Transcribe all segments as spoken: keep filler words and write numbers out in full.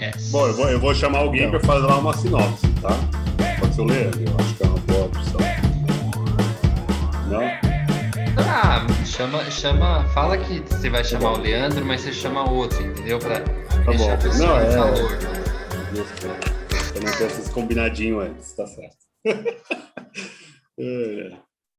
Yes. Bom, eu vou, eu vou chamar alguém então. para fazer lá uma sinopse, tá? Pode ser o Leandro, eu acho que é uma boa opção. Não? Ah, chama, chama, fala que você vai chamar o Leandro, mas você chama outro, entendeu? Pra tá deixar bom. a pessoa Não, no é... calor. Justo. Eu não tenho esses combinadinhos antes, tá certo. é.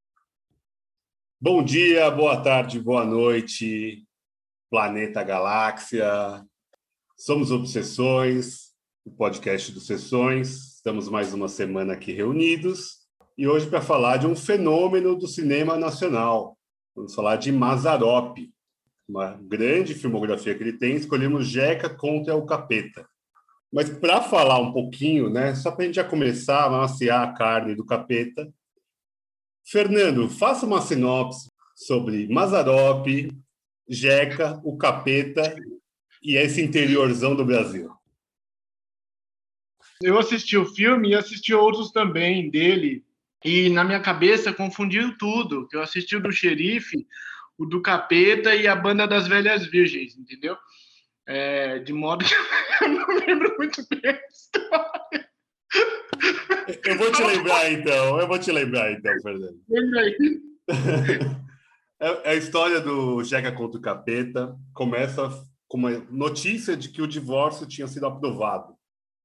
Bom dia, boa tarde, boa noite, planeta galáxia. Somos Obsessões, o podcast dos Sessões. Estamos mais uma semana aqui reunidos e hoje para falar de um fenômeno do cinema nacional. Vamos falar de Mazzaropi, uma grande filmografia que ele tem. Escolhemos Jeca contra o Capeta. Mas para falar um pouquinho, né, só para a gente já começar a maciar a carne do Capeta, Fernando, faça uma sinopse sobre Mazzaropi, Jeca, o Capeta e esse interiorzão do Brasil. Eu assisti o filme e assisti outros também dele. E na minha cabeça confundiu tudo. Eu assisti o do Xerife, o do Capeta e a Banda das Velhas Virgens, entendeu? É, de modo que eu não lembro muito bem a história. Eu vou te lembrar então, eu vou te lembrar então, Fernando. É a história do Jeca contra o Capeta. Começa com uma notícia de que o divórcio tinha sido aprovado.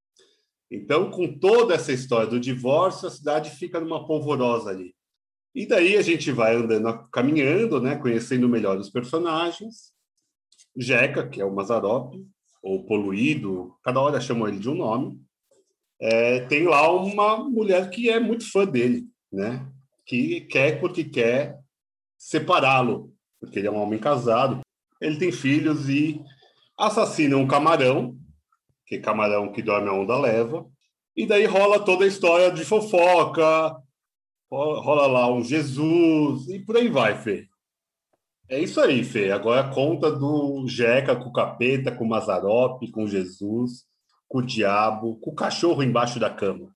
Então, com toda essa história do divórcio, a cidade fica numa polvorosa ali. E daí a gente vai andando, caminhando, né, conhecendo melhor os personagens. Jeca, que é o Mazzaropi, ou Poluído, cada hora chamam ele de um nome. É, tem lá uma mulher que é muito fã dele, né, que quer porque quer separá-lo, porque ele é um homem casado. Ele tem filhos e assassina um camarão, que camarão que dorme a onda leva, e daí rola toda a história de fofoca, rola lá um Jesus, e por aí vai, Fê. É isso aí, Fê. Agora a conta do Jeca com o Capeta, com o Mazzaropi, com Jesus, com o diabo, com o cachorro embaixo da cama.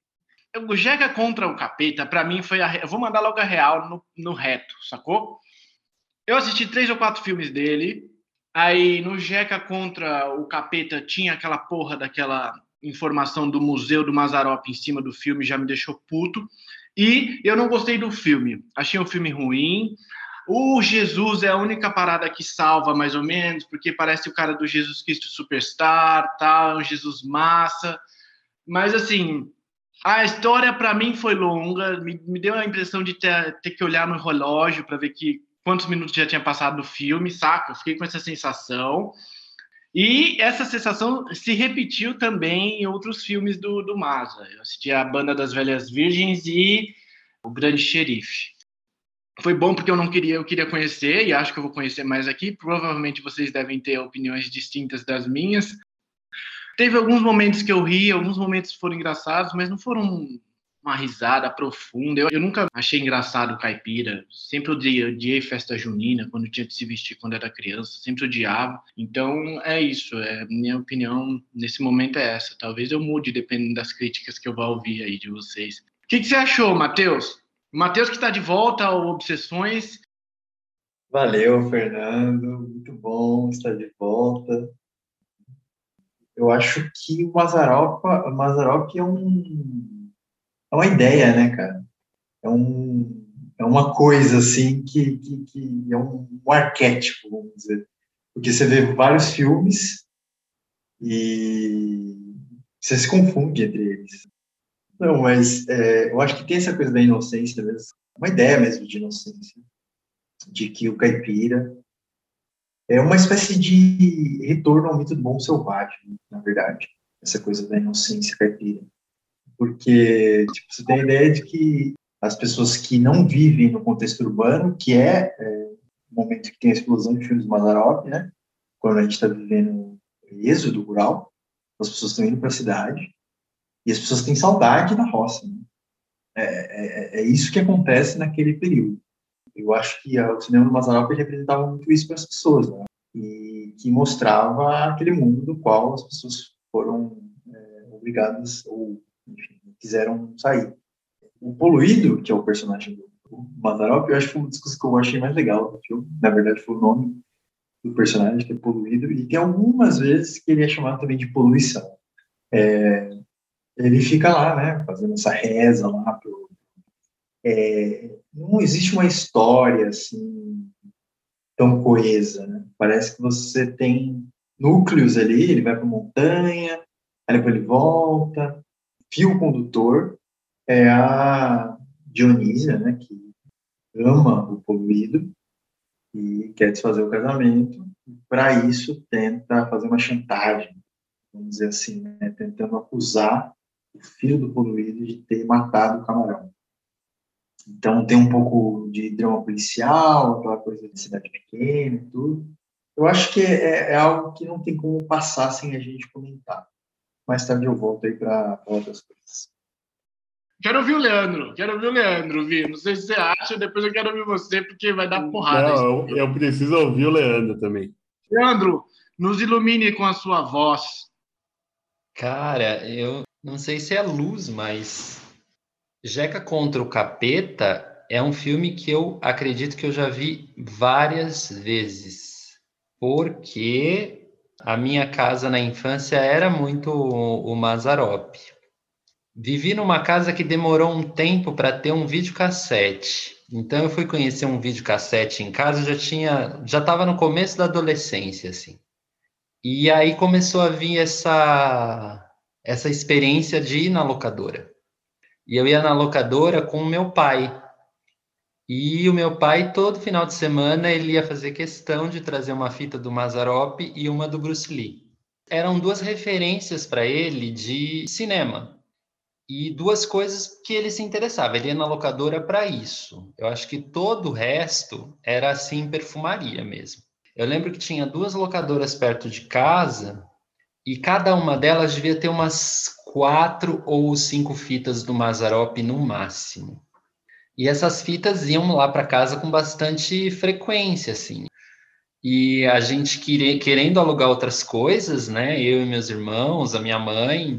O Jeca contra o Capeta, pra mim, foi a... Eu vou mandar logo a real no, no reto, sacou? Eu assisti três ou quatro filmes dele. Aí, no Jeca contra o Capeta, tinha aquela porra daquela informação do Museu do Mazzaropi em cima do filme, já me deixou puto. E eu não gostei do filme. Achei um filme ruim. O Jesus é a única parada que salva, mais ou menos, porque parece o cara do Jesus Cristo Superstar, tal, é um Jesus massa. Mas, assim, a história, para mim, foi longa. Me, me deu a impressão de ter, ter que olhar no relógio para ver que quantos minutos já tinha passado no filme, saca? Eu fiquei com essa sensação. E essa sensação se repetiu também em outros filmes do, do Mazza. Eu assisti a Banda das Velhas Virgens e O Grande Xerife. Foi bom porque eu não queria, eu queria conhecer, e acho que eu vou conhecer mais aqui. Provavelmente vocês devem ter opiniões distintas das minhas. Teve alguns momentos que eu ri, alguns momentos foram engraçados, mas não foram uma risada profunda. Eu, eu nunca achei engraçado o Caipira. Sempre odiei, odiei festa junina, quando tinha que se vestir quando era criança. Sempre odiava. Então, é isso. É, minha opinião nesse momento é essa. Talvez eu mude, dependendo das críticas que eu vou ouvir aí de vocês. O que, que você achou, Matheus? O Matheus que está de volta ao Obsessões. Valeu, Fernando. Muito bom estar de volta. Eu acho que o Mazzaropi, o Mazzaropi é um... É uma ideia, né, cara? É, um, é uma coisa, assim, que, que, que é um, um arquétipo, vamos dizer. Porque você vê vários filmes e você se confunde entre eles. Não, mas é, eu acho que tem essa coisa da inocência mesmo. Uma ideia mesmo de inocência. De que o caipira é uma espécie de retorno ao mito do bom selvagem, na verdade. Essa coisa da inocência caipira. Porque tipo, você tem a ideia de que as pessoas que não vivem no contexto urbano, que é, é o momento que tem a explosão de filmes do Mazzaropi, né? Quando a gente está vivendo êxodo rural, as pessoas estão indo para a cidade e as pessoas têm saudade da roça. Né? É, é, é isso que acontece naquele período. Eu acho que o cinema do Mazzaropi representava muito isso para as pessoas, né? E que mostrava aquele mundo do qual as pessoas foram é, obrigadas ou enfim, quiseram sair. O Poluído, que é o personagem do Mazzaropi, eu acho que foi uma das coisas que eu achei mais legal do filme. Na verdade, foi o nome. do personagem, que é poluído, e tem algumas vezes que ele é chamado também de poluição. É, ele fica lá, né, fazendo essa reza lá. Pro, é, não existe uma história, assim, tão coesa, né? Parece que você tem núcleos ali, ele vai para a montanha, aí depois ele volta. Fio condutor é a Dionísia, né, que ama o poluído e quer desfazer o casamento. Para isso, tenta fazer uma chantagem, vamos dizer assim, né, tentando acusar o filho do poluído de ter matado o camarão. Então, tem um pouco de drama policial, aquela coisa de cidade pequena e tudo. Eu acho que é, é algo que não tem como passar sem a gente comentar. Mais tarde eu volto aí para outras coisas. Quero ouvir o Leandro, quero ouvir o Leandro, Vi. Não sei se você acha, depois eu quero ouvir você, porque vai dar porrada. Não, eu, eu preciso ouvir o Leandro também. Leandro, nos ilumine com a sua voz. Cara, eu não sei se é luz, mas Jeca contra o Capeta é um filme que eu acredito que eu já vi várias vezes, porque a minha casa na infância era muito o Mazzaropi. Vivi numa casa que demorou um tempo para ter um videocassete. Então eu fui conhecer um videocassete em casa, já tinha, já estava no começo da adolescência, assim. E aí começou a vir essa essa experiência de ir na locadora. E eu ia na locadora com o meu pai. E o meu pai, todo final de semana, ele ia fazer questão de trazer uma fita do Mazzaropi e uma do Bruce Lee. Eram duas referências para ele de cinema. E duas coisas que ele se interessava. Ele ia na locadora para isso. Eu acho que todo o resto era assim, perfumaria mesmo. Eu lembro que tinha duas locadoras perto de casa e cada uma delas devia ter umas quatro ou cinco fitas do Mazzaropi no máximo. E essas fitas iam lá para casa com bastante frequência, assim. E a gente queria, querendo alugar outras coisas, né? Eu e meus irmãos, a minha mãe.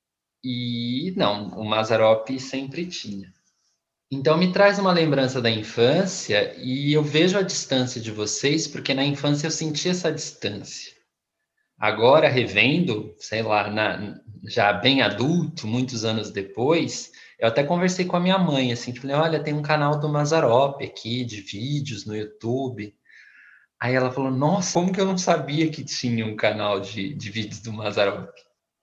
E não, o Mazzaropi sempre tinha. Então me traz uma lembrança da infância e eu vejo a distância de vocês, porque na infância eu senti essa distância. Agora, revendo, sei lá, na, já bem adulto, muitos anos depois, eu até conversei com a minha mãe, assim, falei, olha, tem um canal do Mazzaropi aqui, de vídeos no YouTube. Aí ela falou, nossa, como que eu não sabia que tinha um canal de, de vídeos do Mazzaropi?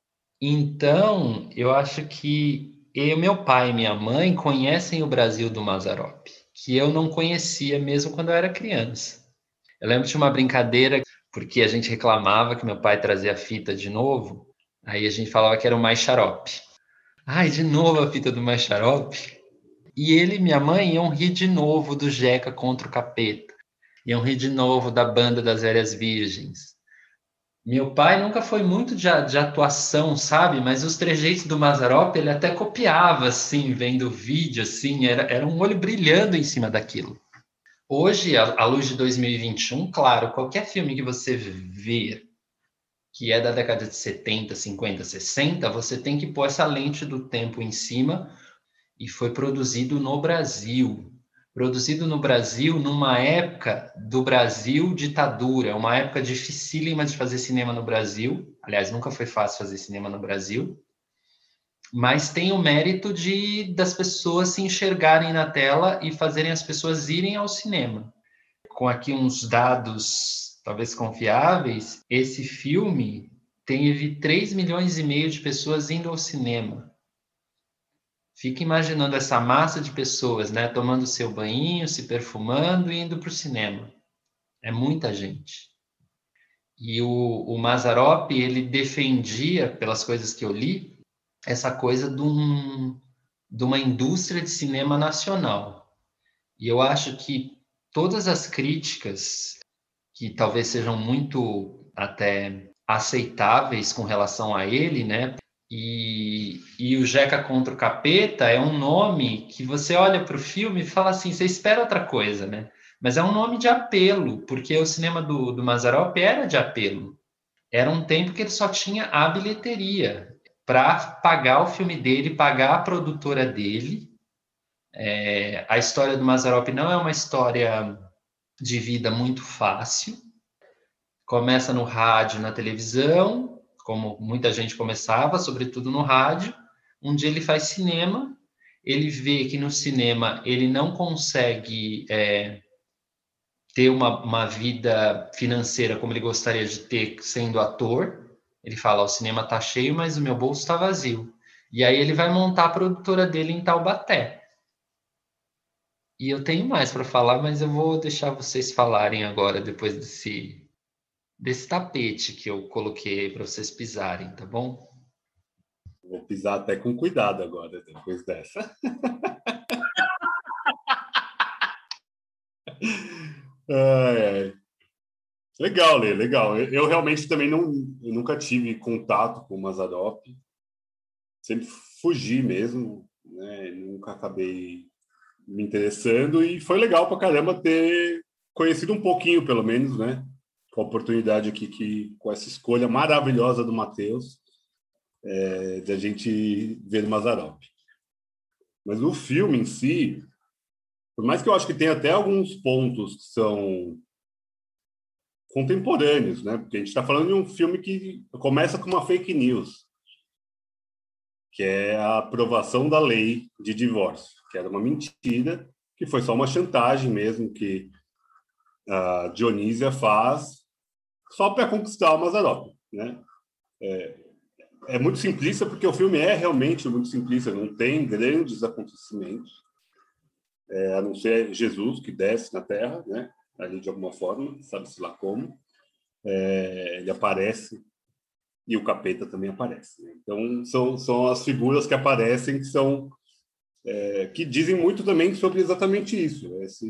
Então, eu acho que eu, meu pai e minha mãe conhecem o Brasil do Mazzaropi, que eu não conhecia mesmo quando eu era criança. Eu lembro de uma brincadeira, porque a gente reclamava que meu pai trazia a fita de novo, aí a gente falava que era o Mais Xarope. Ai, de novo a fita do Mais Xarope? E ele e minha mãe iam rir de novo do Jeca contra o Capeta. Iam rir de novo da Banda das Velhas Virgens. Meu pai nunca foi muito de, de atuação, sabe? Mas os trejeitos do Mazzaropi, ele até copiava, assim, vendo o vídeo, assim. Era, era um olho brilhando em cima daquilo. Hoje, à luz de dois mil e vinte e um, claro, qualquer filme que você vê que é da década de setenta, cinquenta, sessenta, você tem que pôr essa lente do tempo em cima, e foi produzido no Brasil. Produzido no Brasil numa época do Brasil ditadura, uma época dificílima de fazer cinema no Brasil. Aliás, nunca foi fácil fazer cinema no Brasil. Mas tem o mérito de das pessoas se enxergarem na tela e fazerem as pessoas irem ao cinema. Com aqui uns dados, talvez confiáveis, esse filme teve três milhões e meio de pessoas indo ao cinema. Fica imaginando essa massa de pessoas, né, tomando seu banho, se perfumando e indo para o cinema. É muita gente. E o, o Mazzaropi, ele defendia, pelas coisas que eu li, essa coisa de, um, de uma indústria de cinema nacional. E eu acho que todas as críticas, que talvez sejam muito até aceitáveis com relação a ele, né? E, e o Jeca contra o Capeta é um nome que você olha para o filme e fala assim, você espera outra coisa, né? Mas é um nome de apelo, porque o cinema do, do Mazzaropi era de apelo. Era um tempo que ele só tinha a bilheteria para pagar o filme dele, pagar a produtora dele. É, a história do Mazzaropi não é uma história de vida muito fácil. Começa no rádio, na televisão, como muita gente começava, sobretudo no rádio. Um dia ele faz cinema, ele vê que no cinema ele não consegue é, ter uma, uma vida financeira como ele gostaria de ter sendo ator. Ele fala, o cinema está cheio, mas o meu bolso está vazio. E aí ele vai montar a produtora dele em Taubaté. E eu tenho mais para falar, mas eu vou deixar vocês falarem agora, depois desse, desse tapete que eu coloquei para vocês pisarem, tá bom? Vou pisar até com cuidado agora, depois dessa. Ai, ai. Legal, Lê, legal. Eu, eu realmente também não, eu nunca tive contato com o Mazzaropi. Sempre fugi mesmo, né? Nunca acabei me interessando e foi legal pra caramba ter conhecido um pouquinho, pelo menos, né? Com a oportunidade aqui, que, com essa escolha maravilhosa do Matheus, é, de a gente ver o Mazzaropi. Mas o filme em si, por mais que eu acho que tem até alguns pontos que são contemporâneos, né? Porque a gente está falando de um filme que começa com uma fake news, que é a aprovação da lei de divórcio, que era uma mentira, que foi só uma chantagem mesmo que a Dionísia faz só para conquistar o Mazzaropi, né? É, é muito simplista, porque o filme é realmente muito simplista, não tem grandes acontecimentos, é, a não ser Jesus que desce na Terra, né? Ali de alguma forma, sabe-se lá como. É, ele aparece e o capeta também aparece, né? Então, são, são as figuras que aparecem que são é, que dizem muito também sobre exatamente isso. Esse,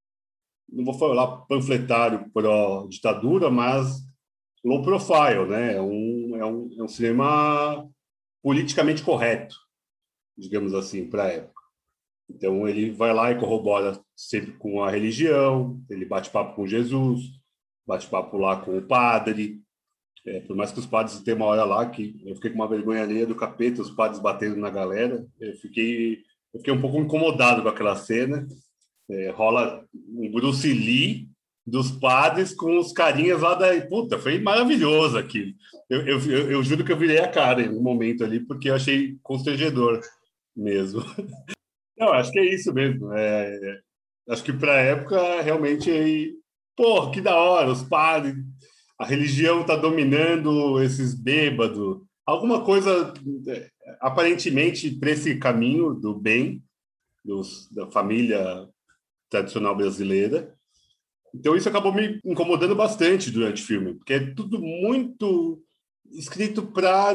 não vou falar panfletário pró-ditadura, mas low profile, né? É um, é um, é um cinema politicamente correto, digamos assim, para a época. Então, ele vai lá e corrobora sempre com a religião, ele bate papo com Jesus, bate papo lá com o padre. É, por mais que os padres tenham uma hora lá que eu fiquei com uma vergonha alheia do capeta, os padres batendo na galera, eu fiquei, eu fiquei um pouco incomodado com aquela cena. É, rola um Bruce Lee dos padres com os carinhas lá da... Puta, foi maravilhoso aquilo. Eu, eu, eu, eu juro que eu virei a cara em um momento ali, porque eu achei constrangedor mesmo. Não, acho que é isso mesmo. É, acho que para a época, realmente, porra, que da hora, os padres, a religião está dominando esses bêbados. Alguma coisa, é, aparentemente, para esse caminho do bem, dos, da família tradicional brasileira. Então, isso acabou me incomodando bastante durante o filme, porque é tudo muito escrito para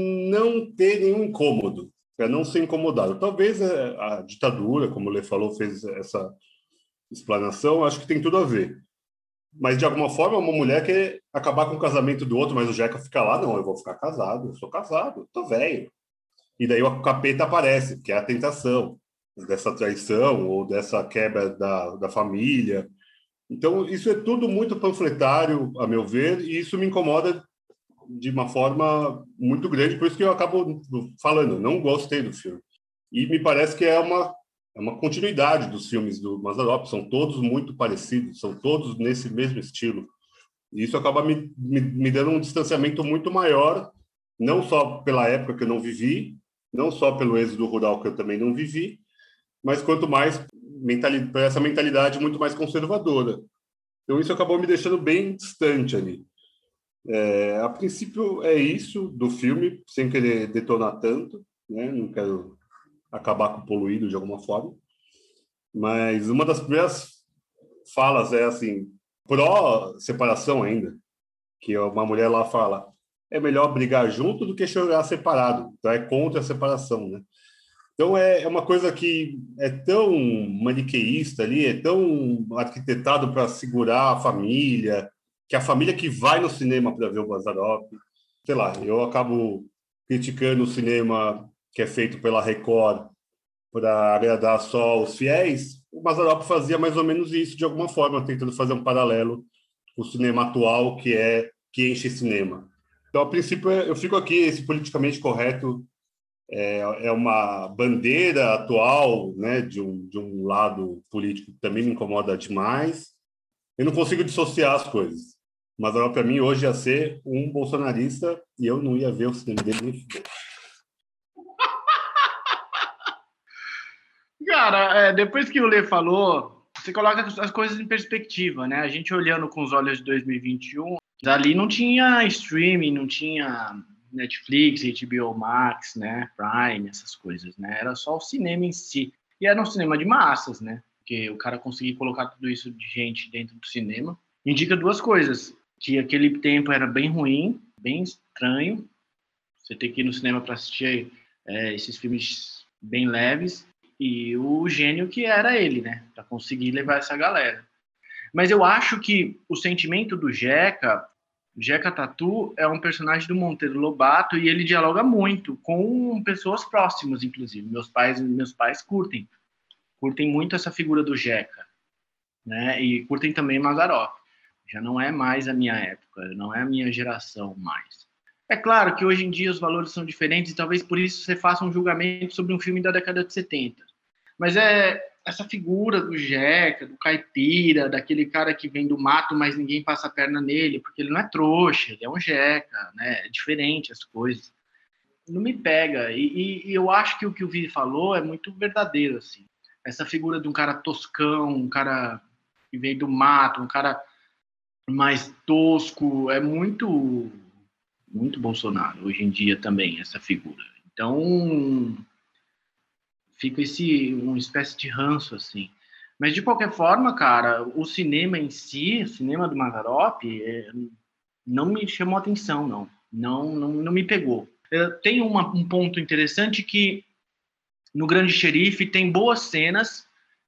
não ter nenhum incômodo, para não ser incomodado. Talvez a, a ditadura, como o Lê falou, fez essa explanação, acho que tem tudo a ver. Mas, de alguma forma, uma mulher quer acabar com o casamento do outro, mas o Jeca fica lá, não, eu vou ficar casado, eu sou casado, tô velho. E daí o capeta aparece, que é a tentação dessa traição ou dessa quebra da, da família. Então, isso é tudo muito panfletário, a meu ver, e isso me incomoda de uma forma muito grande, por isso que eu acabo falando, não gostei do filme. E me parece que é uma, é uma continuidade dos filmes do Mazzaropi, são todos muito parecidos, são todos nesse mesmo estilo. E isso acaba me, me, me dando um distanciamento muito maior, não só pela época que eu não vivi, não só pelo êxodo rural que eu também não vivi, mas quanto mais mentalidade, essa mentalidade muito mais conservadora. Então isso acabou me deixando bem distante ali. É, a princípio é isso do filme, sem querer detonar tanto, né? Não quero acabar com o poluído de alguma forma, mas uma das primeiras falas é assim, pró-separação ainda, que uma mulher lá fala, é melhor brigar junto do que chorar separado, então é contra a separação, né? Então é, é uma coisa que é tão maniqueísta ali, é tão arquitetado para segurar a família, que a família que vai no cinema para ver o Mazzaropi, sei lá, eu acabo criticando o cinema que é feito pela Record para agradar só os fiéis. O Mazzaropi fazia mais ou menos isso de alguma forma, tentando fazer um paralelo com o cinema atual, que é que enche cinema. Então, a princípio, eu fico aqui, esse politicamente correto é, é uma bandeira atual, né, de um, de um lado político que também me incomoda demais. Eu não consigo dissociar as coisas. Mazzaropi, para mim, hoje ia ser um bolsonarista e eu não ia ver o cinema dele nem fudeu. Cara, é, depois que o Lê falou, você coloca as coisas em perspectiva, né? A gente olhando com os olhos de dois mil e vinte e um, ali não tinha streaming, não tinha Netflix, H B O Max, né? Prime, essas coisas, né? Era só o cinema em si. E era um cinema de massas, né? Porque o cara conseguir colocar tudo isso de gente dentro do cinema indica duas coisas. Que aquele tempo era bem ruim, bem estranho. Você tem que ir no cinema para assistir é, esses filmes bem leves. E o gênio que era ele, né? Para conseguir levar essa galera. Mas eu acho que o sentimento do Jeca, Jeca Tatu, é um personagem do Monteiro Lobato e ele dialoga muito com pessoas próximas, inclusive. Meus pais, meus pais curtem. Curtem muito essa figura do Jeca, né? E curtem também Mazzaropi. Já não é mais a minha época, não é a minha geração mais. É claro que hoje em dia os valores são diferentes e talvez por isso você faça um julgamento sobre um filme da década de setenta. Mas é essa figura do Jeca, do caipira, daquele cara que vem do mato, mas ninguém passa a perna nele, porque ele não é trouxa, ele é um Jeca, né? É diferente as coisas. Não me pega. E, e, e eu acho que o que o Vi falou é muito verdadeiro, assim. Essa figura de um cara toscão, um cara que vem do mato, um cara mais tosco, é muito, muito Bolsonaro hoje em dia também, essa figura. Então, fica esse, uma espécie de ranço, assim. Mas, de qualquer forma, cara, o cinema em si, o cinema do Mazzaropi, é, não me chamou atenção, não. Não, não, não me pegou. Tem uma, um ponto interessante que no Grande Xerife tem boas cenas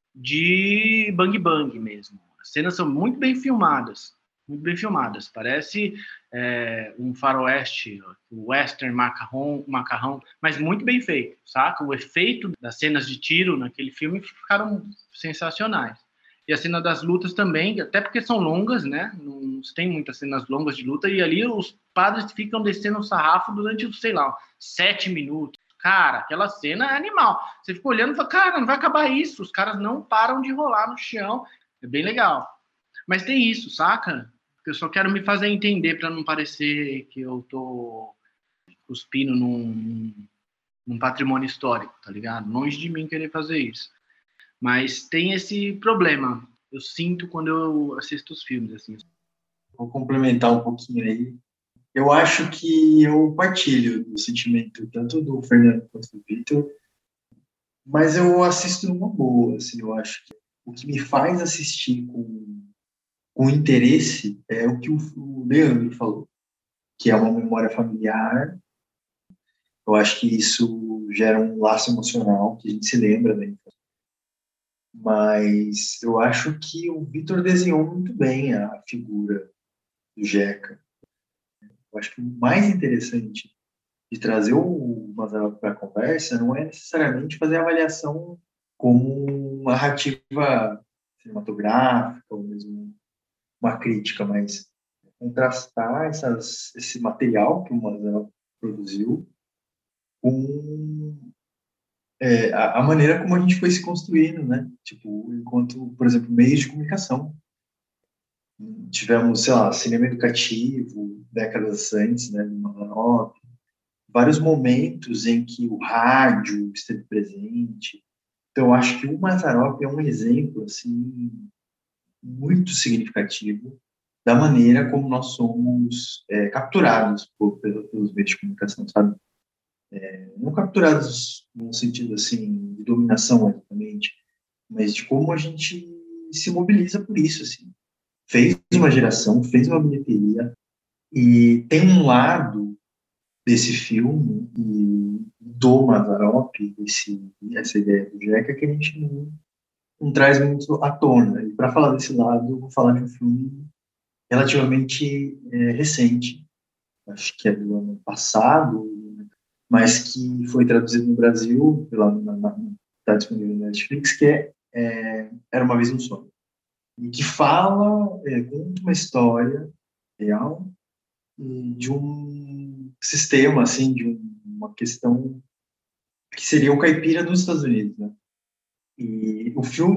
de bang bang mesmo. As cenas são muito bem filmadas, muito bem filmadas. Parece é, um faroeste, western macarrão, macarrão, mas muito bem feito, saca? O efeito das cenas de tiro naquele filme ficaram sensacionais. E a cena das lutas também, até porque são longas, né? Não tem muitas cenas longas de luta, e ali os padres ficam descendo o sarrafo durante, sei lá, sete minutos. Cara, aquela cena é animal. Você fica olhando e fala, cara, não vai acabar isso. Os caras não param de rolar no chão. É bem legal. Mas tem isso, saca? Eu só quero me fazer entender para não parecer que eu tô cuspindo num, num patrimônio histórico, tá ligado? Longe de mim querer fazer isso. Mas tem esse problema. Eu sinto quando eu assisto os filmes, assim. Vou complementar um pouquinho aí. Eu acho que eu partilho do sentimento tanto do Fernando quanto do Vitor, mas eu assisto numa boa, assim, eu acho que o que me faz assistir com, com interesse é o que o, o Leandro falou, que é uma memória familiar. Eu acho que isso gera um laço emocional que a gente se lembra, né? Mas eu acho que o Vitor desenhou muito bem a figura do Jeca. Eu acho que o mais interessante de trazer o Mazzaropi para a conversa não é necessariamente fazer a avaliação como narrativa cinematográfica ou mesmo uma crítica, mas contrastar essas, esse material que o Mazzaropi produziu com é, a, a maneira como a gente foi se construindo, né? Tipo, enquanto, por exemplo, meios de comunicação. Tivemos, sei lá, cinema educativo, décadas antes, né, do Mazzaropi, vários momentos em que o rádio esteve presente. Então, eu acho que o Mazzaropi é um exemplo, assim, muito significativo da maneira como nós somos é, capturados por, pelos meios de comunicação, sabe? É, não capturados no sentido, assim, de dominação, exatamente, mas de como a gente se mobiliza por isso, assim. Fez uma geração, fez uma bilheteria, e tem um lado desse filme e do Mazzaropi, esse, essa ideia do Jeca, que a gente não, não traz muito à tona. E para falar desse lado, eu vou falar de um filme relativamente é, recente, acho que é do ano passado, mas que foi traduzido no Brasil, pela, na, na, tá disponível na Netflix, que é, é Era Uma Vez um Sonho. E que fala, é, conta uma história real de um sistema, assim, de um, uma questão que seria o caipira dos Estados Unidos, né? E o filme,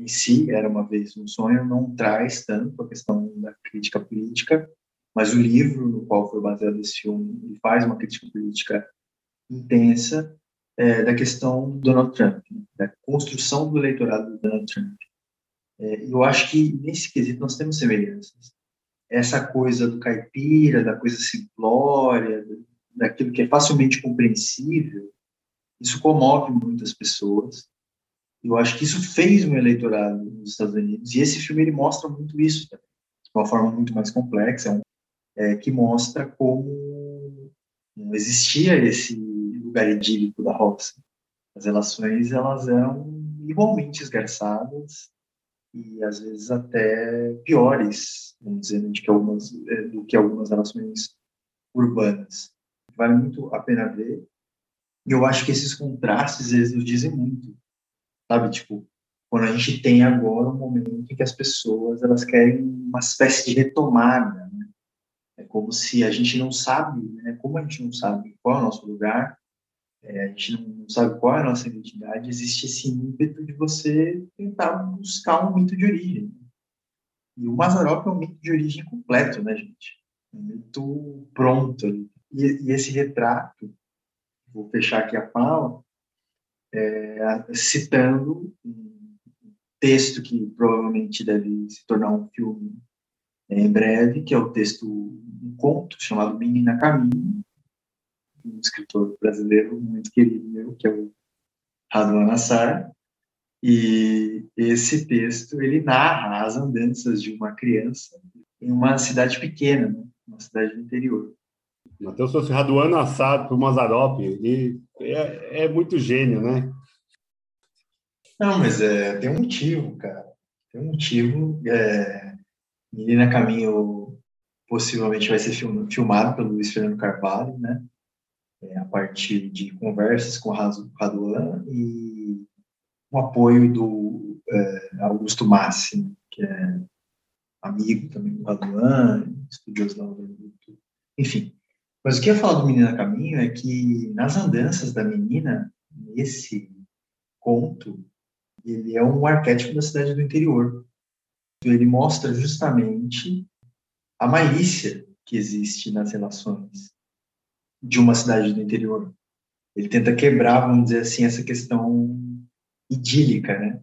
em si, Era Uma Vez um Sonho, não traz tanto a questão da crítica política, mas o livro no qual foi baseado esse filme ele faz uma crítica política intensa é, da questão do Donald Trump, né? Da construção do eleitorado do Donald Trump. É, eu acho que nesse quesito nós temos semelhanças. Essa coisa do caipira, da coisa simplória, daquilo que é facilmente compreensível, isso comove muitas pessoas. Eu acho que isso fez um eleitorado nos Estados Unidos, e esse filme ele mostra muito isso, também, de uma forma muito mais complexa, é, que mostra como não existia esse lugar idílico da roça. As relações elas eram igualmente esgarçadas e às vezes até piores, vamos dizer, do que algumas, do que algumas relações urbanas. Vale muito a pena ver. E eu acho que esses contrastes eles nos dizem muito. Sabe, tipo, quando a gente tem agora um momento em que as pessoas elas querem uma espécie de retomada, né? É como se a gente não sabe, né? Como a gente não sabe qual é o nosso lugar, é, a gente não sabe qual é a nossa identidade, existe esse ímpeto de você tentar buscar um mito de origem. E o Mazzaropi é um mito de origem completo, né, gente? Um mito pronto. E, e esse retrato, vou fechar aqui a fala, é, citando um texto que provavelmente deve se tornar um filme é, em breve, que é o texto, um conto chamado Menina Caminho, um escritor brasileiro muito querido meu, que é o Raduan Nassar, e esse texto, ele narra as andanças de uma criança em uma cidade pequena, né? Uma cidade do interior. Matheus fosse Raduan Nassar para o Mazzaropi, ele é, é muito gênio, né? Não, mas é, tem um motivo, cara. Tem um motivo. É, Menina Caminho possivelmente vai ser film, filmado pelo Luiz Fernando Carvalho, né? É, a partir de conversas com o Raduan e o apoio do é, Augusto Massi, que é amigo também do Raduan, estudioso da obra do YouTube. Enfim, mas o que eu ia falar do Menina Caminho é que nas andanças da menina, nesse conto, ele é um arquétipo da cidade do interior. Ele mostra justamente a malícia que existe nas relações de uma cidade do interior. Ele tenta quebrar, vamos dizer assim, essa questão idílica, né?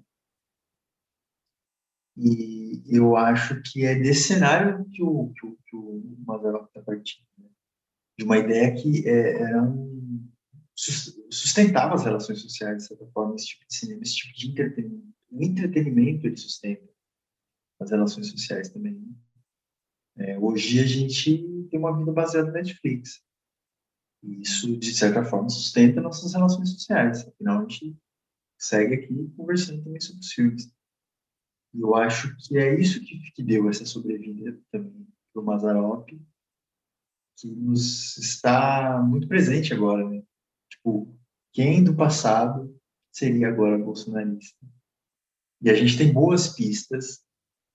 E eu acho que é desse cenário que o, que o, que o Mazzaropi está partindo, né? De uma ideia que é, era um, sustentava as relações sociais, de certa forma, esse tipo de cinema, esse tipo de entretenimento. O entretenimento, ele sustenta as relações sociais também, né? É, hoje a gente tem uma vida baseada na Netflix. E isso, de certa forma, sustenta nossas relações sociais. Afinal, a gente segue aqui conversando também sobre os filmes. E eu acho que é isso que, que deu essa sobrevida também para o Mazzaropi, que nos está muito presente agora, né? Tipo, quem do passado seria agora bolsonarista? E a gente tem boas pistas,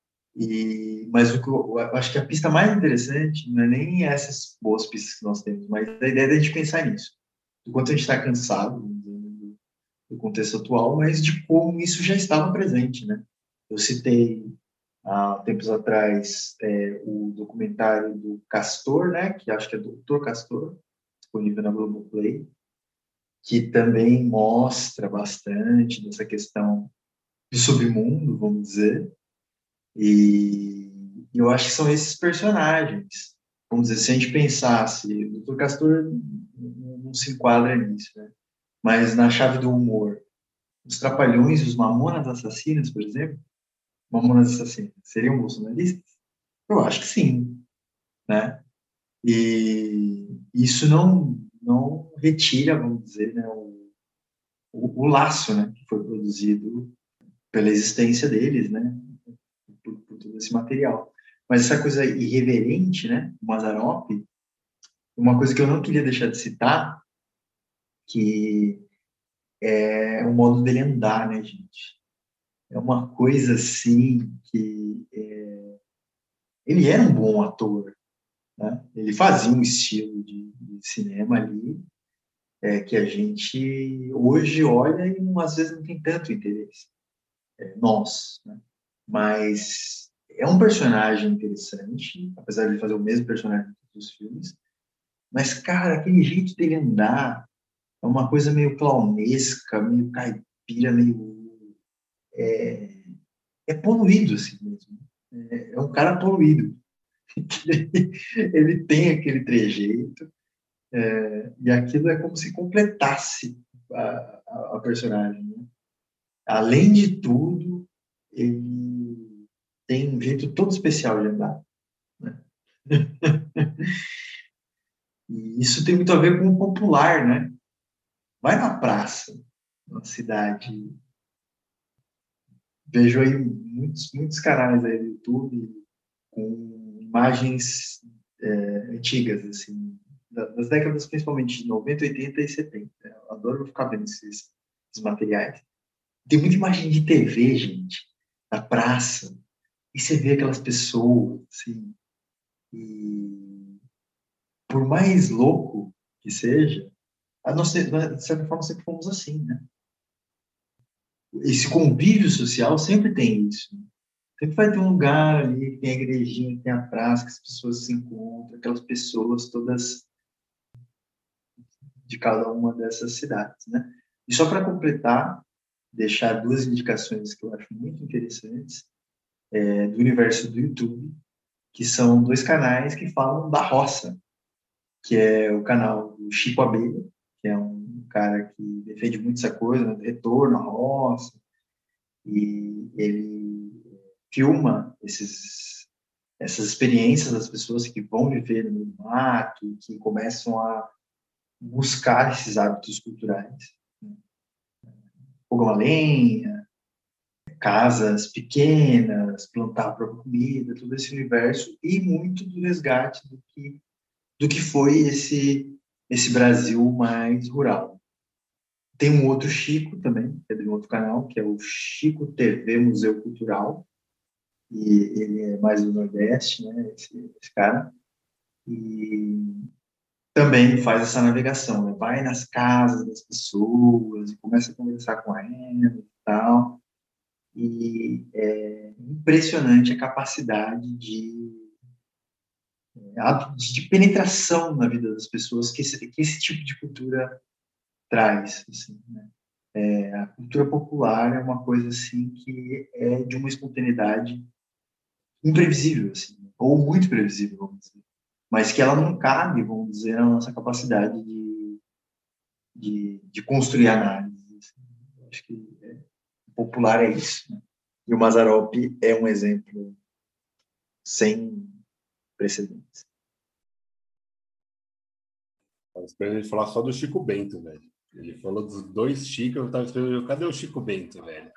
e, mas o que eu, eu acho que a pista mais interessante não é nem essas boas pistas que nós temos, mas a ideia da gente pensar nisso. Do quanto a gente está cansado do, do contexto atual, mas de como isso já estava presente, né? Eu citei há tempos atrás é, o documentário do Castor, né? Que acho que é doutor Castor, disponível na Globoplay, que também mostra bastante dessa questão de submundo, vamos dizer. E eu acho que são esses personagens. Vamos dizer, se a gente pensasse, o doutor Castor não se enquadra nisso, né? Mas na chave do humor, os Trapalhões e os Mamonas Assassinas, por exemplo, Mamonas Assassinas, seriam bolsonaristas? Eu acho que sim, né? E isso não, não retira, vamos dizer, né, o, o, o laço, né, que foi produzido pela existência deles, né, por, por todo esse material. Mas essa coisa irreverente, né, o Mazzaropi, uma coisa que eu não queria deixar de citar, que é o modo dele andar, né, gente? É uma coisa assim que é... ele era um bom ator, né? Ele fazia um estilo de, de cinema ali é, que a gente hoje olha e às vezes não tem tanto interesse. é, nós, né? Mas é um personagem interessante, apesar de ele fazer o mesmo personagem dos filmes. Mas, cara, aquele jeito dele andar é uma coisa meio clownesca, meio caipira, meio... É, é poluído, assim mesmo. É, é um cara poluído. Ele tem aquele trejeito, é, e aquilo é como se completasse a, a, a personagem, né? Além de tudo, ele tem um jeito todo especial de andar, né? E isso tem muito a ver com o popular, né? Vai na praça, na cidade. Vejo aí muitos, muitos canais aí do YouTube com imagens é, antigas, assim, das décadas principalmente de noventa, oitenta e setenta. Eu adoro ficar vendo esses, esses materiais. Tem muita imagem de T V, gente, na praça, e você vê aquelas pessoas, assim, e por mais louco que seja, a nossa, de certa forma, sempre fomos assim, né? Esse convívio social sempre tem isso. Sempre vai ter um lugar ali, que tem a igrejinha, que tem a praça, que as pessoas se encontram, aquelas pessoas todas de cada uma dessas cidades, né? E só para completar, deixar duas indicações que eu acho muito interessantes, é, do universo do YouTube, que são dois canais que falam da roça, que é o canal do Chico Abelha, que é um cara que defende muito essa coisa, né, do retorno à roça, e ele filma esses, essas experiências das pessoas que vão viver no mato, que começam a buscar esses hábitos culturais. Fogão a lenha, casas pequenas, plantar a própria comida, todo esse universo, e muito do resgate do que, do que foi esse, esse Brasil mais rural. Tem um outro Chico também, que é de um outro canal, que é o Chico T V Museu Cultural, e ele é mais do Nordeste, né, esse, esse cara, e também faz essa navegação, né? Vai nas casas das pessoas e começa a conversar com elas e tal, e é impressionante a capacidade de, de penetração na vida das pessoas que esse, que esse tipo de cultura traz, assim, né? É, a cultura popular é uma coisa assim que é de uma espontaneidade imprevisível, assim, ou muito previsível, vamos dizer, mas que ela não cabe, vamos dizer, na nossa capacidade de, de, de construir análise. Assim. Acho que é, popular é isso, né? E o Mazzaropi é um exemplo sem precedentes. Estava esperando ele falar só do Chico Bento, velho. Ele falou dos dois Chicos, eu estava esperando, cadê o Chico Bento, velho?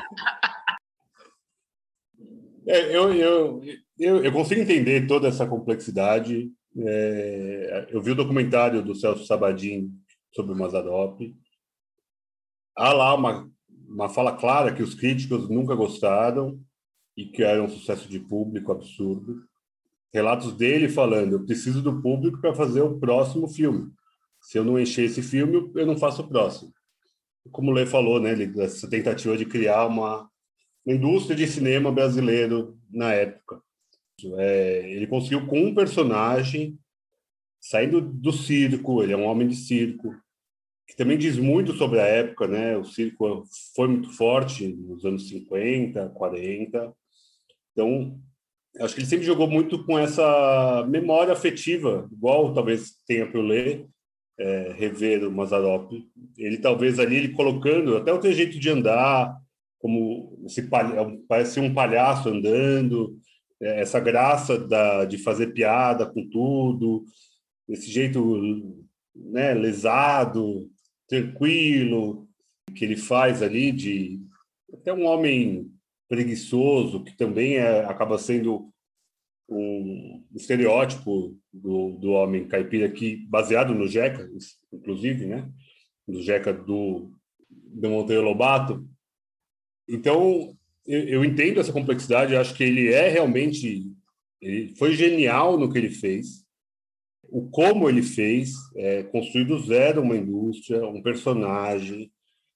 É, eu, eu, eu, eu consigo entender toda essa complexidade. É, eu vi o documentário do Celso Sabadin sobre o Mazzaropi. Há lá uma, uma fala clara que os críticos nunca gostaram e que era um sucesso de público absurdo. Relatos dele falando, eu preciso do público para fazer o próximo filme. Se eu não encher esse filme, eu não faço o próximo. Como o Lê falou, né, ele, essa tentativa de criar uma indústria de cinema brasileiro na época. É, ele conseguiu com um personagem, saindo do circo, ele é um homem de circo, que também diz muito sobre a época, né? O circo foi muito forte nos anos cinquenta, quarenta. Então, acho que ele sempre jogou muito com essa memória afetiva, igual talvez tenha para o Lê, é, rever o Mazzaropi. Ele talvez ali, ele colocando até o teu jeito de andar, como esse palha, parece um palhaço andando, é, essa graça da, de fazer piada com tudo, esse jeito, né, lesado, tranquilo, que ele faz ali, de até um homem preguiçoso, que também é, acaba sendo um estereótipo do, do homem caipira, que, baseado no Jeca, inclusive, né, do Jeca do, do Monteiro Lobato. Então, eu, eu entendo essa complexidade, eu acho que ele é realmente, ele foi genial no que ele fez, o como ele fez, é, construir do zero uma indústria, um personagem,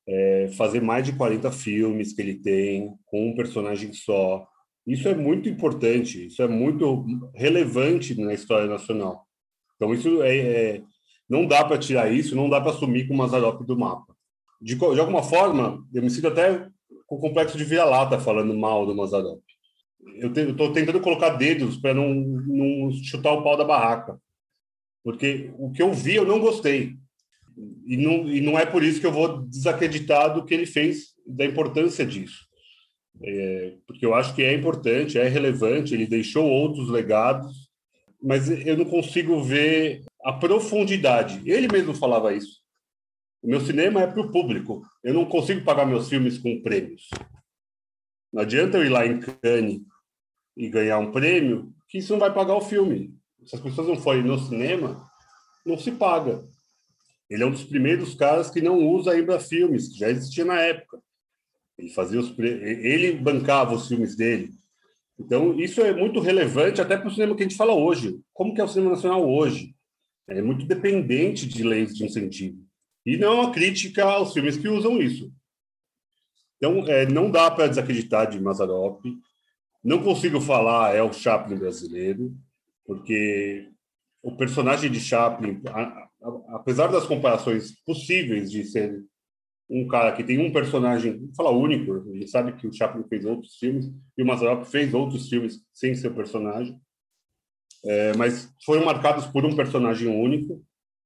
é, fazer mais de quarenta filmes que ele tem, com um personagem só. Isso é muito importante, isso é muito relevante na história nacional. Então, isso é, é não dá para tirar isso, não dá para assumir com o Mazzaropi do mapa. De, de alguma forma, eu me sinto até com o complexo de vira-lata falando mal do Mazzaropi. Eu estou tentando colocar dedos para não, não chutar o pau da barraca, porque o que eu vi eu não gostei. E não, e não é por isso que eu vou desacreditar do que ele fez, da importância disso. É, porque eu acho que é importante, é relevante, ele deixou outros legados, mas eu não consigo ver a profundidade. Ele mesmo falava isso. O meu cinema é para o público. Eu não consigo pagar meus filmes com prêmios. Não adianta eu ir lá em Cannes e ganhar um prêmio, que isso não vai pagar o filme. Se as pessoas não forem no cinema, não se paga. Ele é um dos primeiros caras que não usa Embra Filmes, que já existia na época. Ele fazia os pre... ele bancava os filmes dele. Então, isso é muito relevante até para o cinema que a gente fala hoje. Como que é o cinema nacional hoje? É muito dependente de leis de incentivo. E não é uma crítica aos filmes que usam isso. Então, é, não dá para desacreditar de Mazzaropi. Não consigo falar é o Chaplin brasileiro, porque o personagem de Chaplin, a, a, apesar das comparações possíveis de ser um cara que tem um personagem, vou falar único, a gente sabe que o Chaplin fez outros filmes, e o Mazzaropi fez outros filmes sem seu personagem, é, mas foram marcados por um personagem único.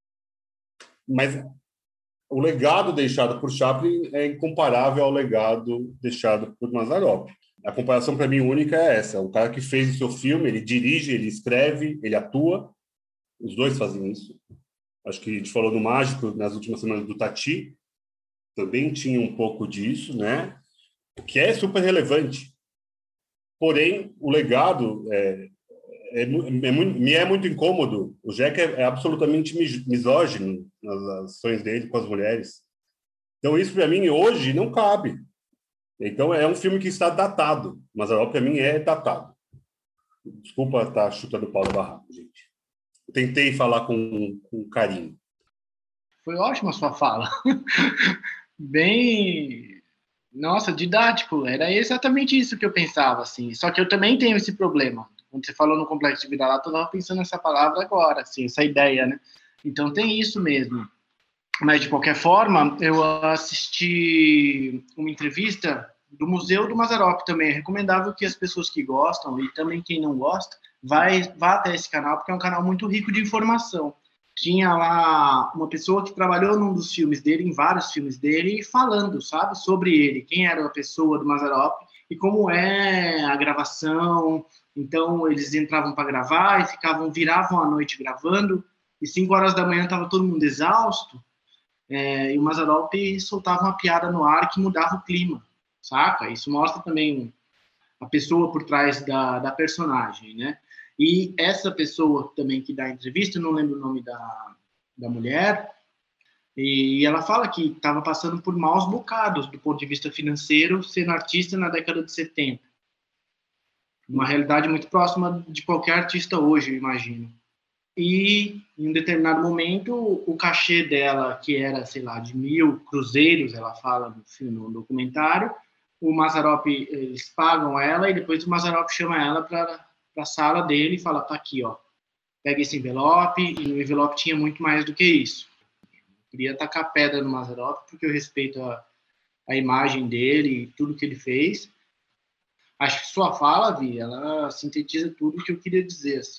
Mas o legado deixado por Chaplin é incomparável ao legado deixado por Mazzaropi. A comparação, para mim, única é essa. O cara que fez o seu filme, ele dirige, ele escreve, ele atua. Os dois fazem isso. Acho que a gente falou no Mágico, nas últimas semanas, do Tati. Também tinha um pouco disso, né? Que é super relevante. Porém, o legado é, é, é muito, me é muito incômodo. O Jeca é, é absolutamente misógino nas ações dele com as mulheres. Então, isso, para mim, hoje, não cabe. Então, é um filme que está datado. Mas, para mim, é datado. Desculpa estar chutando o pau da barraca, gente. Eu tentei falar com, com carinho. Foi ótima a sua fala. Bem... Nossa, didático. Era exatamente isso que eu pensava, assim. Só que eu também tenho esse problema. Quando você falou no complexo de vira-lata, eu estava pensando nessa palavra agora, assim, essa ideia, né? Então, tem isso mesmo. Mas, de qualquer forma, eu assisti uma entrevista do Museu do Mazzaropi também. É recomendável que as pessoas que gostam, e também quem não gosta, vai, vá até esse canal, porque é um canal muito rico de informação. Tinha lá uma pessoa que trabalhou num dos filmes dele, em vários filmes dele, falando, sabe, sobre ele, quem era a pessoa do Mazzaropi e como é a gravação. Então, eles entravam para gravar e ficavam, viravam à noite gravando, e cinco horas da manhã estava todo mundo exausto, é, e o Mazzaropi soltava uma piada no ar que mudava o clima, saca? Isso mostra também a pessoa por trás da, da personagem, né? E essa pessoa também que dá a entrevista, eu não lembro o nome da, da mulher, e ela fala que estava passando por maus bocados do ponto de vista financeiro, sendo artista na década de setenta. Uma realidade muito próxima de qualquer artista hoje, eu imagino. E, em um determinado momento, o cachê dela, que era, sei lá, de mil cruzeiros, ela fala no, filme, no documentário, o Mazzaropi, eles pagam ela, e depois o Mazzaropi chama ela para a sala dele e fala, tá aqui, ó, pega esse envelope, e no envelope tinha muito mais do que isso. Eu queria tacar pedra no Mazzaropi, porque eu respeito a, a imagem dele e tudo que ele fez. Acho que sua fala, Vi, ela sintetiza tudo o que eu queria dizer, assim.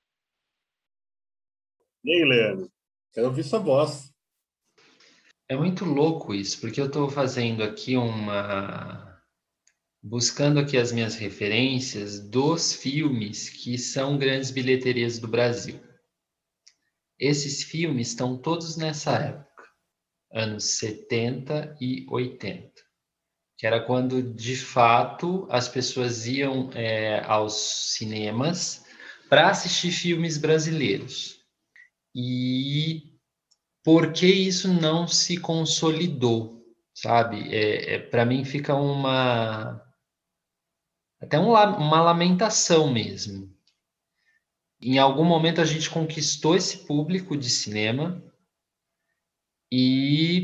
E aí, Leandro? Quero ouvir sua voz. É muito louco isso, porque eu estou fazendo aqui uma... buscando aqui as minhas referências dos filmes que são grandes bilheterias do Brasil. Esses filmes estão todos nessa época, anos setenta e oitenta, que era quando, de fato, as pessoas iam é, aos cinemas para assistir filmes brasileiros. E por que isso não se consolidou, sabe? É, é, para mim fica uma... até um, uma lamentação mesmo. Em algum momento a gente conquistou esse público de cinema e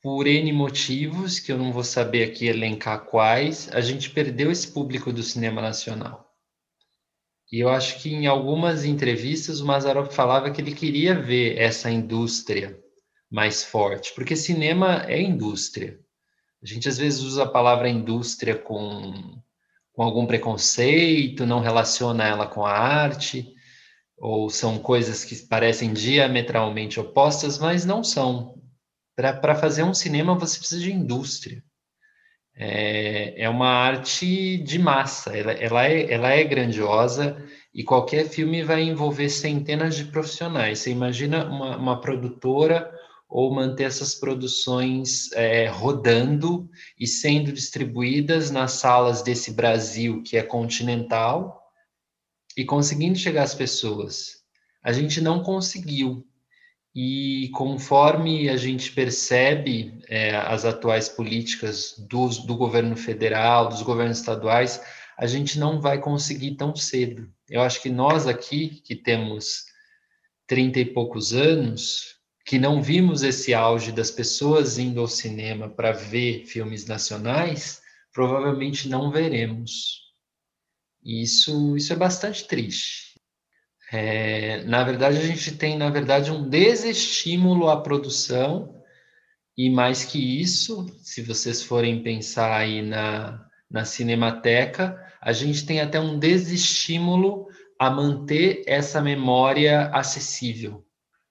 por N motivos, que eu não vou saber aqui elencar quais, a gente perdeu esse público do cinema nacional. E eu acho que em algumas entrevistas o Mazzaropi falava que ele queria ver essa indústria mais forte, porque cinema é indústria. A gente às vezes usa a palavra indústria com, com algum preconceito, não relaciona ela com a arte, ou são coisas que parecem diametralmente opostas, mas não são. Para fazer um cinema você precisa de indústria. É, é uma arte de massa, ela, ela, é, ela é grandiosa e qualquer filme vai envolver centenas de profissionais. Você imagina uma, uma produtora ou manter essas produções é, rodando e sendo distribuídas nas salas desse Brasil que é continental e conseguindo chegar às pessoas. A gente não conseguiu. E conforme a gente percebe é, as atuais políticas dos, do governo federal, dos governos estaduais, a gente não vai conseguir tão cedo. Eu acho que nós aqui, que temos trinta e poucos anos, que não vimos esse auge das pessoas indo ao cinema para ver filmes nacionais, provavelmente não veremos. E isso, isso é bastante triste. É, na verdade, a gente tem, na verdade, um desestímulo à produção, e mais que isso, se vocês forem pensar aí na, na Cinemateca, a gente tem até um desestímulo a manter essa memória acessível.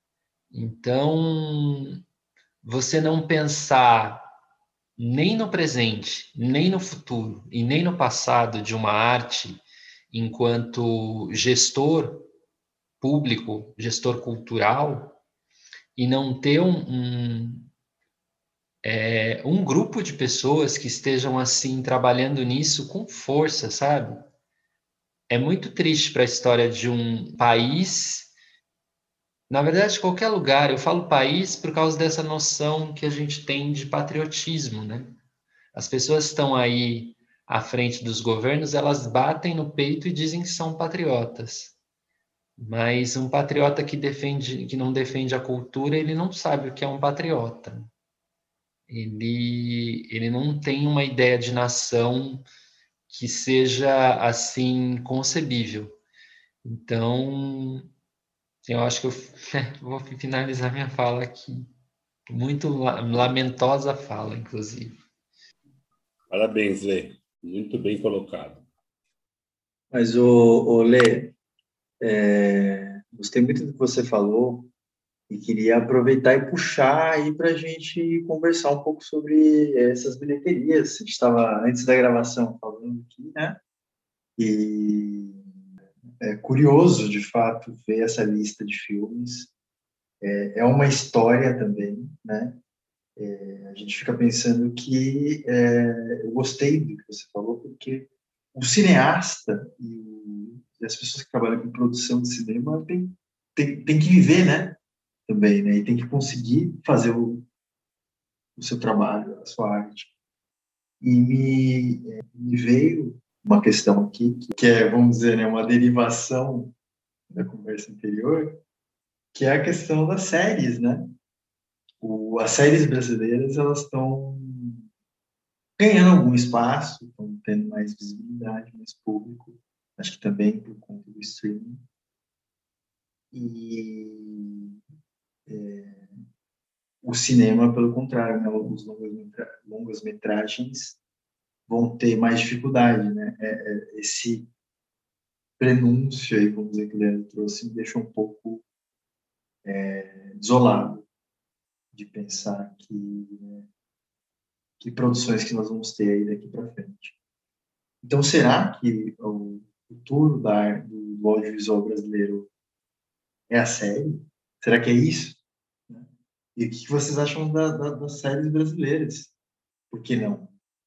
Então, você não pensar nem no presente, nem no futuro, e nem no passado de uma arte enquanto gestor público, gestor cultural, e não ter um, um, é, um grupo de pessoas que estejam assim trabalhando nisso com força, sabe? É muito triste para a história de um país, na verdade, qualquer lugar. Eu falo país por causa dessa noção que a gente tem de patriotismo, né? As pessoas estão aí à frente dos governos, elas batem no peito e dizem que são patriotas. Mas um patriota que defende, que não defende a cultura, ele não sabe o que é um patriota. Ele, ele não tem uma ideia de nação que seja assim concebível. Então, eu acho que eu vou finalizar minha fala aqui. Muito lamentosa fala, inclusive. Parabéns, Lê. Muito bem colocado. Mas, o, o Lê, é, gostei muito do que você falou e queria aproveitar e puxar aí para a gente conversar um pouco sobre essas bilheterias. A gente estava, antes da gravação, falando aqui, né? E é curioso, de fato, ver essa lista de filmes. É, é uma história também, né? É, a gente fica pensando que é, eu gostei do que você falou, porque o cineasta e, o, e as pessoas que trabalham com produção de cinema tem, tem, tem que viver, né? Também, né? E tem que conseguir fazer o, o seu trabalho, a sua arte. E me, é, me veio uma questão aqui, que é, vamos dizer, né, uma derivação da conversa anterior, que é a questão das séries, né? O, as séries brasileiras, elas estão ganhando algum espaço, estão tendo mais visibilidade, mais público, acho que também por conta do streaming. E é, o cinema, pelo contrário, né? Os longas metragens vão ter mais dificuldade, né? É, é, esse prenúncio aí, vamos dizer, que o Leandro trouxe, me deixa um pouco é, desolado de pensar que, né, que produções que nós vamos ter aí daqui para frente. Então, será que o futuro da, do audiovisual brasileiro é a série? Será que é isso? E o que vocês acham da, da, das séries brasileiras? Por que não?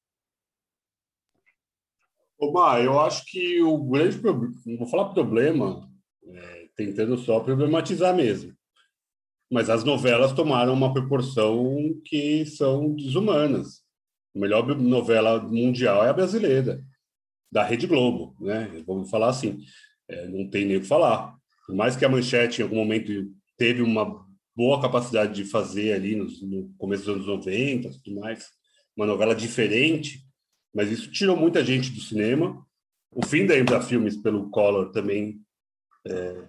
Omar, eu acho que o grande problema, não vou falar problema, é, tentando só problematizar mesmo, mas as novelas tomaram uma proporção que são desumanas. A melhor novela mundial é a brasileira, da Rede Globo, né? Vamos falar assim, é, não tem nem o que falar. Por mais que a Manchete, em algum momento, teve uma boa capacidade de fazer ali no, no começo dos anos noventa, tudo mais, uma novela diferente, mas isso tirou muita gente do cinema. O fim da Embra Filmes pelo Collor também é,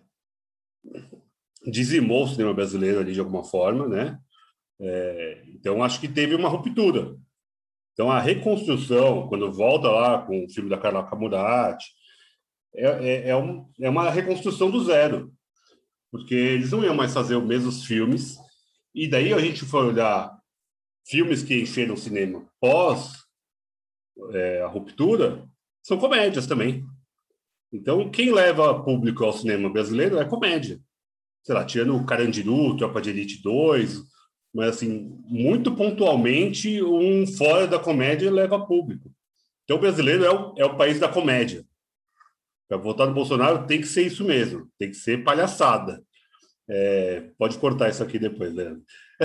dizimou o cinema brasileiro ali de alguma forma, né? É, então, acho que teve uma ruptura. Então, a reconstrução, quando volta lá com o filme da Carla Camurati, é, é, é, um, é uma reconstrução do zero, porque eles não iam mais fazer os mesmos filmes, e daí a gente foi olhar filmes que encheram o cinema pós é, a ruptura, são comédias também. Então, quem leva público ao cinema brasileiro é comédia. Sei lá, tirando o Carandiru, Tropa de Elite dois, mas, assim, muito pontualmente, um fora da comédia leva público. Então, o brasileiro é o, é o país da comédia. Para votar no Bolsonaro tem que ser isso mesmo, tem que ser palhaçada. É, pode cortar isso aqui depois, Leandro.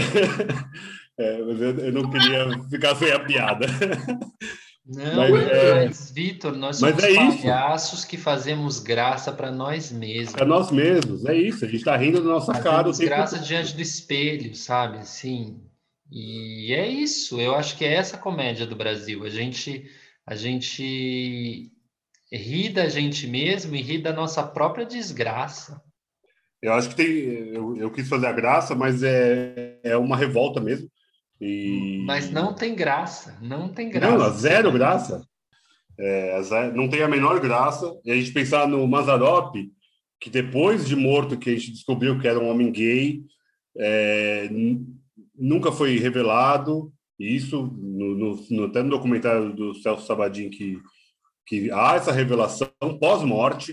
É, mas eu, eu não queria ficar sem a piada. Não, Mas não, é, mas Vitor, nós mas somos é isso, palhaços que fazemos graça para nós para mesmos. nós mesmos, é isso. A gente está rindo da nossa cara o Fazemos tempo graça todo. diante do espelho, sabe? Sim. E é isso. Eu acho que é essa a comédia do Brasil. A gente, a gente ri da gente mesmo e ri da nossa própria desgraça. Eu acho que tem. Eu, eu quis fazer a graça, mas é, é uma revolta mesmo. Mas E não tem graça. Não tem não, a graça. Você zero vai. graça. É, zero- não tem a menor graça. E a gente pensar no Mazzaropi, que depois de morto, que a gente descobriu que era um homem gay, é, n- nunca foi revelado. Isso, no, no, no, até no documentário do Celso Sabadin, que, que há essa revelação pós-morte.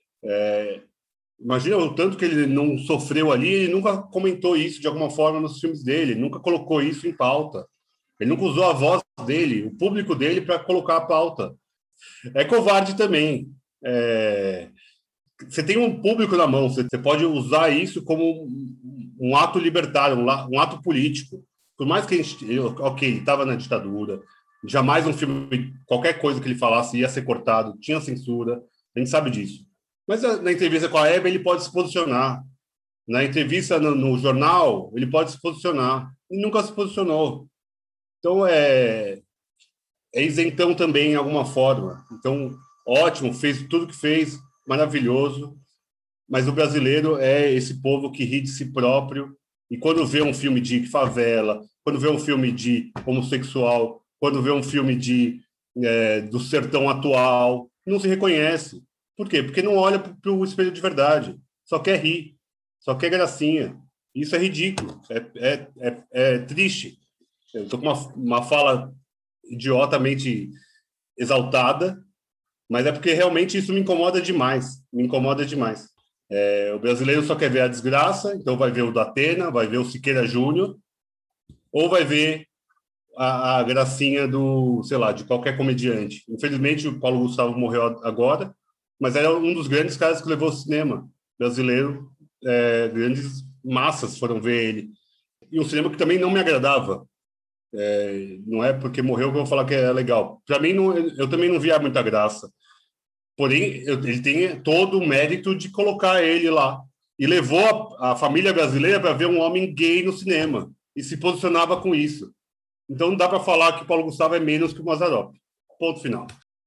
Imagina o tanto que ele não sofreu ali, ele nunca comentou isso de alguma forma nos filmes dele, nunca colocou isso em pauta. Ele nunca usou a voz dele, o público dele, para colocar a pauta. É covarde também. É... Você tem um público na mão, você pode usar isso como um, um ato libertário, um, um ato político. Por mais que a gente. Ok, ele estava na ditadura, jamais um filme, qualquer coisa que ele falasse ia ser cortado, tinha censura, a gente sabe disso. Mas na entrevista com a Hebe, ele pode se posicionar. Na entrevista no, no jornal, ele pode se posicionar. E nunca se posicionou. Então, é, é isentão também, em alguma forma. Então, ótimo, fez tudo que fez, maravilhoso. Mas o brasileiro é esse povo que ri de si próprio. E quando vê um filme de favela, quando vê um filme de homossexual, quando vê um filme de, é, do sertão atual, não se reconhece. Por quê? Porque não olha para o espelho de verdade. Só quer rir, só quer gracinha. Isso é ridículo, é, é, é, é triste. Eu estou com uma, uma fala idiotamente exaltada, mas é porque realmente isso me incomoda demais. Me incomoda demais. É, o brasileiro só quer ver a desgraça, então vai ver o Datena, vai ver o Siqueira Júnior, ou vai ver a, a gracinha do, sei lá, de qualquer comediante. Infelizmente, o Paulo Gustavo morreu agora, mas era um dos grandes caras que levou o cinema brasileiro. É, grandes massas foram ver ele. E um cinema que também não me agradava. É, não é porque morreu que eu vou falar que é legal. Para mim, não, eu também não via muita graça. Porém, eu, ele tem todo o mérito de colocar ele lá. E levou a, a família brasileira para ver um homem gay no cinema. E se posicionava com isso. Então, não dá para falar que o Paulo Gustavo é menos que o Mazzaropi. Ponto final.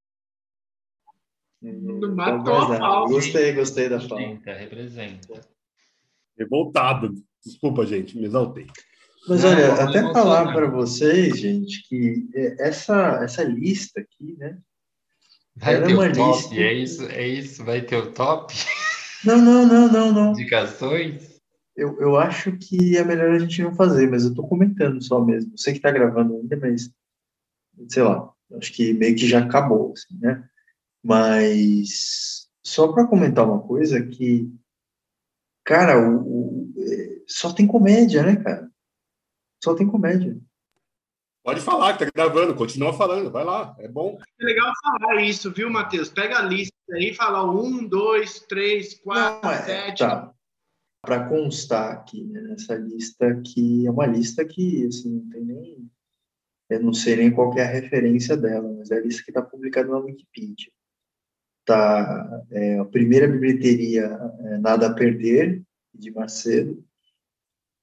Não Matou a pau. Gostei, gostei da fala. Representa, representa. Revoltado. Desculpa, gente, me exaltei. Mas Não, olha, tô até emocionado. falar para vocês, gente, que essa, essa lista aqui, né? Vai Ela é ter uma o top, lista. é isso, é isso, vai ter o top? Não, não, não, não, não. Indicações? Eu, eu acho que é melhor a gente não fazer, mas eu tô comentando só mesmo. Sei que tá gravando ainda, mas sei lá, acho que meio que já acabou, assim, né? Mas só para comentar uma coisa que, cara, o, o- é, só tem comédia, né, cara? Só tem comédia. Pode falar, que tá gravando, continua falando, vai lá, é bom. É legal falar isso, viu, Matheus? Pega a lista aí e fala um, dois, três, Não, quatro, é, sete. tá. Para constar aqui, né, nessa lista, que é uma lista que, assim, não tem nem. Eu não sei nem qual que é a referência dela, mas é a lista que está publicada na Wikipedia. Tá, é, a primeira bilheteria é Nada a Perder, de Macedo.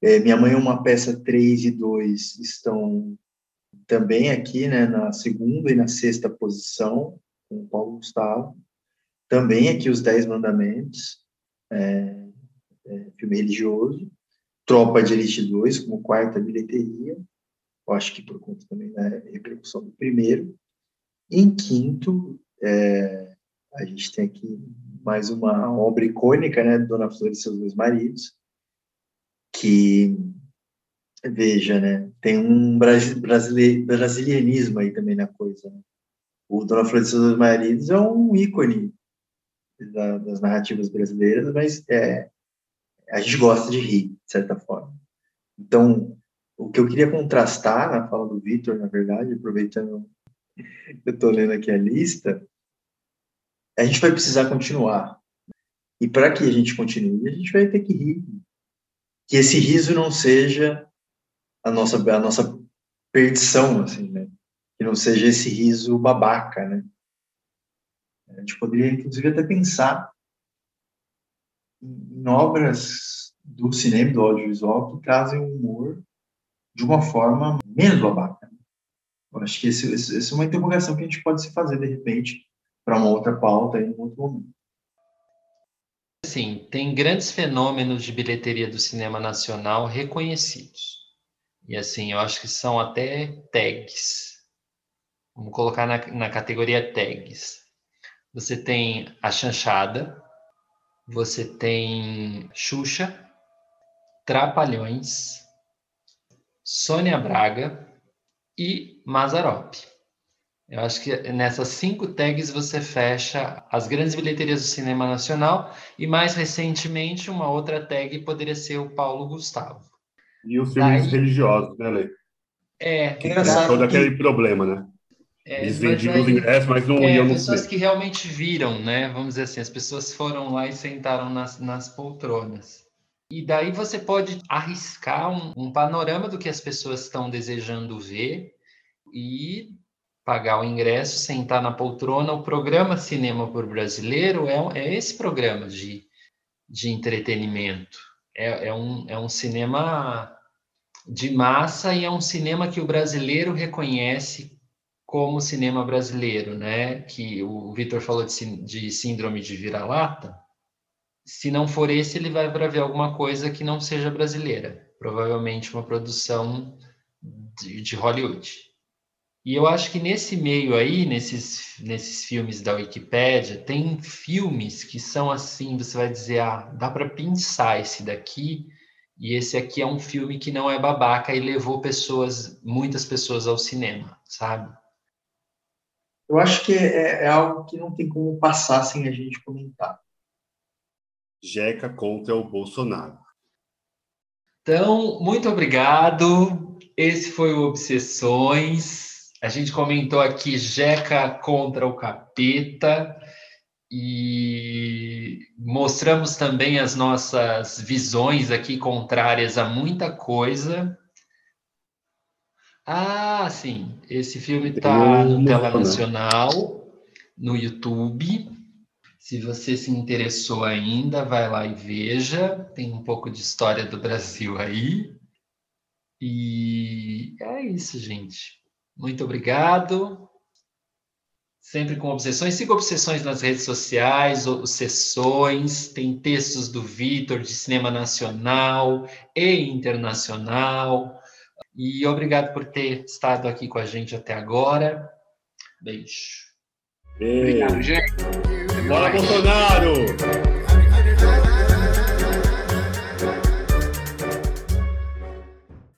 É, Minha Mãe é uma Peça três e dois estão também aqui, né, na segunda e na sexta posição, com o Paulo Gustavo. Também aqui Os Dez Mandamentos, é, é, filme religioso. Tropa de Elite dois, como quarta bilheteria. Eu acho que por conta também da repercussão do primeiro. Em quinto, é, a gente tem aqui mais uma obra icônica, né, Dona Flor e Seus Dois Maridos, que, veja, né, tem um brasile, brasilianismo aí também na coisa. Né? O Dona Flor e Seus Dois Maridos é um ícone da, das narrativas brasileiras, mas é, a gente gosta de rir, de certa forma. Então, o que eu queria contrastar na fala do Vitor, na verdade, aproveitando eu estou lendo aqui a lista, a gente vai precisar continuar. E para que a gente continue, a gente vai ter que rir. Que esse riso não seja a nossa, a nossa perdição, assim, né? Que não seja esse riso babaca, né? A gente poderia, inclusive, até pensar em obras do cinema, do audiovisual, que trazem o humor de uma forma menos babaca. Eu acho que essa esse, esse é uma interrogação que a gente pode se fazer, de repente, para uma outra pauta em um outro momento. Sim, tem grandes fenômenos de bilheteria do cinema nacional reconhecidos. E assim, eu acho que são até tags. Vamos colocar na, na categoria tags. Você tem A Chanchada, você tem Xuxa, Trapalhões, Sônia Braga e Mazzaropi. Eu acho que nessas cinco tags você fecha as grandes bilheterias do cinema nacional e, mais recentemente, uma outra tag poderia ser o Paulo Gustavo. E os filmes Daí, religiosos, né, Lê? É, que tem todo aquele problema, né? É, Eles mas vendiam aí, os ingressos, mas não é, iam no pessoas cinema. que realmente viram, né? Vamos dizer assim, as pessoas foram lá e sentaram nas, nas poltronas. E daí você pode arriscar um, um panorama do que as pessoas estão desejando ver e pagar o ingresso, sentar na poltrona. O programa Cinema por Brasileiro é, é esse programa de, de entretenimento. É, é, um, é um cinema de massa e é um cinema que o brasileiro reconhece como cinema brasileiro, né? Que o Vitor falou de, de síndrome de vira-lata. Se não for esse, ele vai para ver alguma coisa que não seja brasileira. Provavelmente uma produção de, de Hollywood. E eu acho que nesse meio aí, nesses, nesses filmes da Wikipédia, tem filmes que são assim, você vai dizer, ah, dá para pensar esse daqui, e esse aqui é um filme que não é babaca e levou pessoas, muitas pessoas ao cinema, sabe? Eu acho que é, é algo que não tem como passar sem a gente comentar. Jeca contra o Bolsonaro. Então, muito obrigado. Esse foi o Obsessões. A gente comentou aqui Jeca contra o Capeta e mostramos também as nossas visões aqui contrárias a muita coisa. Ah, sim. Esse filme está no Tela Nacional, no YouTube. Se você se interessou ainda, vai lá e veja. Tem um pouco de história do Brasil aí. E é isso, gente. Muito obrigado. Sempre com Obsessões. Siga Obsessões nas redes sociais, Obsessões. Tem textos do Vitor de cinema nacional e internacional. E obrigado por ter estado aqui com a gente até agora. Beijo. Beijo. Obrigado, gente. Bora, Bolsonaro!